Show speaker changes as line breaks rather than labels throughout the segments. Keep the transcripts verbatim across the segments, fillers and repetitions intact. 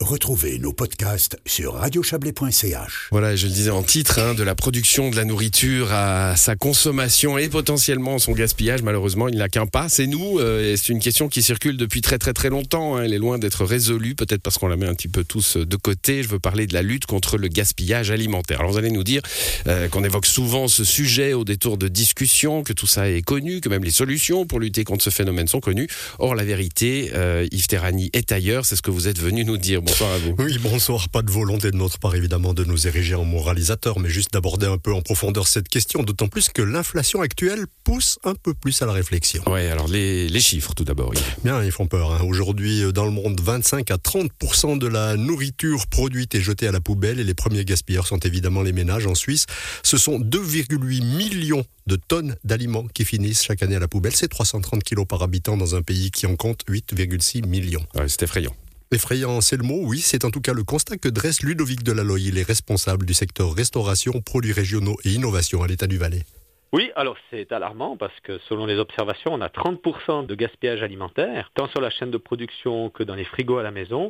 Retrouvez nos podcasts sur radio chablais point c h.
Voilà, je le disais en titre, hein, de la production de la nourriture à sa consommation et potentiellement son gaspillage. Malheureusement, il n'y a qu'un pas, c'est nous. Euh, et c'est une question qui circule depuis très très très longtemps. Hein. Elle est loin d'être résolue, peut-être parce qu'on la met un petit peu tous de côté. Je veux parler de la lutte contre le gaspillage alimentaire. Alors vous allez nous dire euh, qu'on évoque souvent ce sujet au détour de discussions, que tout ça est connu, que même les solutions pour lutter contre ce phénomène sont connues. Or, la vérité, euh, Yves Terrani est ailleurs. C'est ce que vous êtes venu nous dire. Bonsoir à vous.
Oui, bonsoir. Pas de volonté de notre part, évidemment, de nous ériger en moralisateur, mais juste d'aborder un peu en profondeur cette question, d'autant plus que l'inflation actuelle pousse un peu plus à la réflexion.
Oui, alors les, les chiffres tout d'abord. Oui.
Bien, ils font peur. Hein. Aujourd'hui, dans le monde, vingt-cinq à trente pour cent de la nourriture produite est jetée à la poubelle et les premiers gaspilleurs sont évidemment les ménages. En Suisse, ce sont deux virgule huit millions de tonnes d'aliments qui finissent chaque année à la poubelle. C'est trois cent trente kilos par habitant dans un pays qui en compte huit virgule six millions.
Ouais, c'est effrayant.
Effrayant, c'est le mot, oui, c'est en tout cas le constat que dresse Ludovic Delaloy. Il est responsable du secteur restauration, produits régionaux et innovation à l'État du Valais.
Oui, alors c'est alarmant parce que selon les observations, on a trente pour cent de gaspillage alimentaire, tant sur la chaîne de production que dans les frigos à la maison.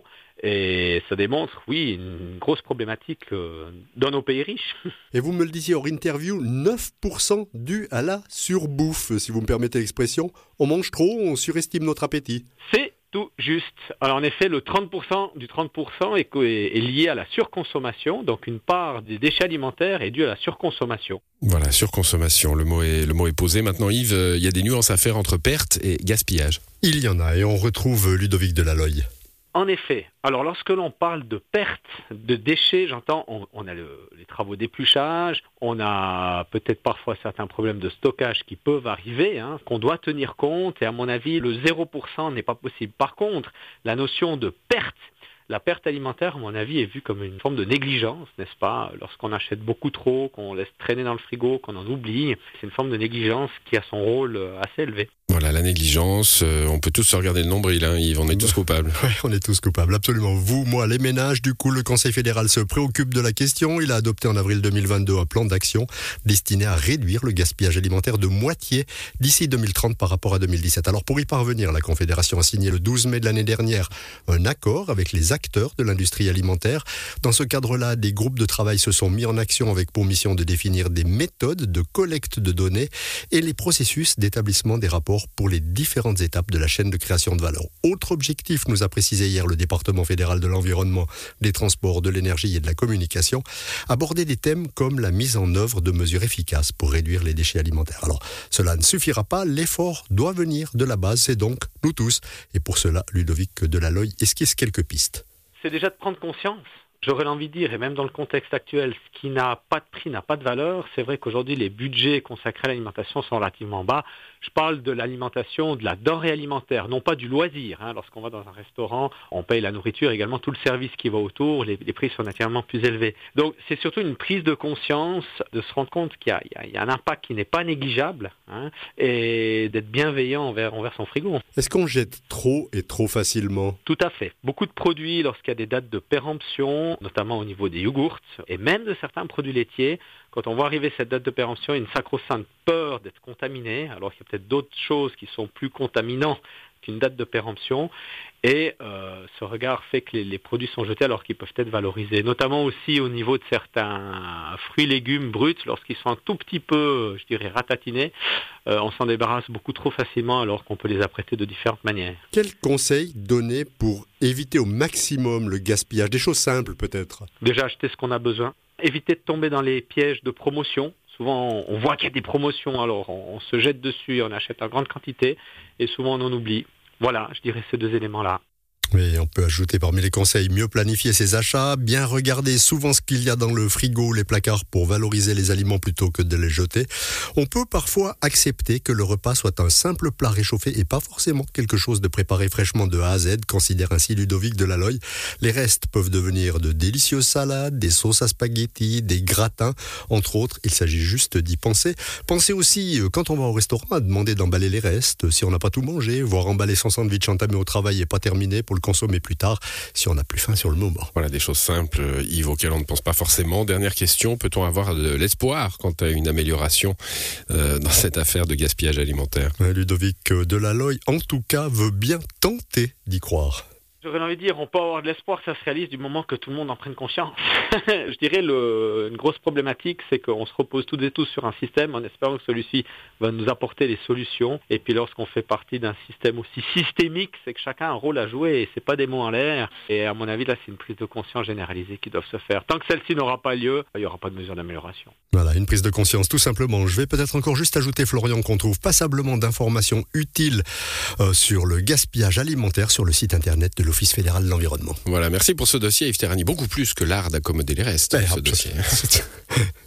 Et ça démontre, oui, une grosse problématique dans nos pays riches.
Et vous me le disiez hors interview, neuf pour cent dû à la surbouffe, si vous me permettez l'expression. On mange trop, on surestime notre appétit.
C'est tout juste. Alors en effet, le trente pour cent du trente pour cent est, est lié à la surconsommation. Donc une part des déchets alimentaires est due à la surconsommation.
Voilà, surconsommation, le mot est, le mot est posé. Maintenant Yves, il y a des nuances à faire entre perte et gaspillage.
Il y en a et on retrouve Ludovic Delaloy.
En effet, alors lorsque l'on parle de perte de déchets, j'entends, on, on a le, les travaux d'épluchage, on a peut-être parfois certains problèmes de stockage qui peuvent arriver, hein, qu'on doit tenir compte, et à mon avis, le zéro pour cent n'est pas possible. Par contre, la notion de perte, la perte alimentaire, à mon avis, est vue comme une forme de négligence, n'est-ce pas ? Lorsqu'on achète beaucoup trop, qu'on laisse traîner dans le frigo, qu'on en oublie, c'est une forme de négligence qui a son rôle assez élevé.
Voilà, la négligence, euh, on peut tous se regarder le nombril, hein, Yves, on est tous coupables.
Oui, on est tous coupables, absolument. Vous, moi, les ménages, du coup, le Conseil fédéral se préoccupe de la question. Il a adopté en avril deux mille vingt-deux un plan d'action destiné à réduire le gaspillage alimentaire de moitié d'ici deux mille trente par rapport à deux mille dix-sept. Alors, pour y parvenir, la Confédération a signé le douze mai de l'année dernière un accord avec les acteurs de l'industrie alimentaire. Dans ce cadre-là, des groupes de travail se sont mis en action avec pour mission de définir des méthodes de collecte de données et les processus d'établissement des rapports pour les différentes étapes de la chaîne de création de valeur. Autre objectif, nous a précisé hier le département fédéral de l'environnement, des transports, de l'énergie et de la communication, aborder des thèmes comme la mise en œuvre de mesures efficaces pour réduire les déchets alimentaires. Alors, cela ne suffira pas, l'effort doit venir de la base, c'est donc nous tous. Et pour cela, Ludovic Delaloy esquisse quelques pistes.
C'est déjà de prendre conscience. J'aurais envie de dire, et même dans le contexte actuel, ce qui n'a pas de prix n'a pas de valeur. C'est vrai qu'aujourd'hui, les budgets consacrés à l'alimentation sont relativement bas. Je parle de l'alimentation, de la denrée alimentaire, non pas du loisir. Hein. Lorsqu'on va dans un restaurant, on paye la nourriture, également tout le service qui va autour, les, les prix sont naturellement plus élevés. Donc c'est surtout une prise de conscience, de se rendre compte qu'il y a, il y a, il y a un impact qui n'est pas négligeable, hein, et d'être bienveillant envers, envers son frigo.
Est-ce qu'on jette trop et trop facilement ?
Tout à fait. Beaucoup de produits, lorsqu'il y a des dates de péremption, notamment au niveau des yogourts, et même de certains produits laitiers, quand on voit arriver cette date de péremption, il y a une sacro-sainte peur d'être contaminé, alors qu'il y a peut-être d'autres choses qui sont plus contaminantes qu'une date de péremption. Et euh, ce regard fait que les, les produits sont jetés alors qu'ils peuvent être valorisés, notamment aussi au niveau de certains fruits et légumes bruts, lorsqu'ils sont un tout petit peu, je dirais, ratatinés, euh, on s'en débarrasse beaucoup trop facilement alors qu'on peut les apprêter de différentes manières.
Quels conseils donner pour éviter au maximum le gaspillage ? Des choses simples peut-être.
Déjà acheter ce qu'on a besoin, éviter de tomber dans les pièges de promotion. Souvent, on voit qu'il y a des promotions, alors on, on se jette dessus, on achète en grande quantité, et souvent on en oublie. Voilà, je dirais ces deux éléments-là.
Oui, on peut ajouter parmi les conseils, mieux planifier ses achats, bien regarder souvent ce qu'il y a dans le frigo ou les placards pour valoriser les aliments plutôt que de les jeter. On peut parfois accepter que le repas soit un simple plat réchauffé et pas forcément quelque chose de préparé fraîchement de A à Z, considère ainsi Ludovic Delaloy. Les restes peuvent devenir de délicieuses salades, des sauces à spaghettis, des gratins, entre autres. Il s'agit juste d'y penser. Pensez aussi, quand on va au restaurant, à demander d'emballer les restes, si on n'a pas tout mangé, voire emballer son sandwich entamé au travail et pas terminé pour le consommer plus tard si on n'a plus faim sur le moment.
Voilà des choses simples, Yves, auxquelles on ne pense pas forcément. Dernière question, peut-on avoir de l'espoir quant à une amélioration euh, dans cette affaire de gaspillage alimentaire ?
Ludovic Delaloy, en tout cas, veut bien tenter d'y croire.
J'aurais envie de dire, on peut avoir de l'espoir que ça se réalise du moment que tout le monde en prenne conscience. Je dirais le, une grosse problématique, c'est qu'on se repose toutes et tous sur un système en espérant que celui-ci va nous apporter les solutions. Et puis lorsqu'on fait partie d'un système aussi systémique, c'est que chacun a un rôle à jouer et c'est pas des mots en l'air. Et à mon avis, là, c'est une prise de conscience généralisée qui doit se faire. Tant que celle-ci n'aura pas lieu, il n'y aura pas de mesure d'amélioration.
Voilà, une prise de conscience tout simplement. Je vais peut-être encore juste ajouter, Florian, qu'on trouve passablement d'informations utiles euh, sur le gaspillage alimentaire sur le site internet de l'Office fédéral de l'environnement.
Voilà, merci pour ce dossier Yves Terrani, beaucoup plus que l'art d'accommoder les restes,
Eh,
ce
hop,
dossier.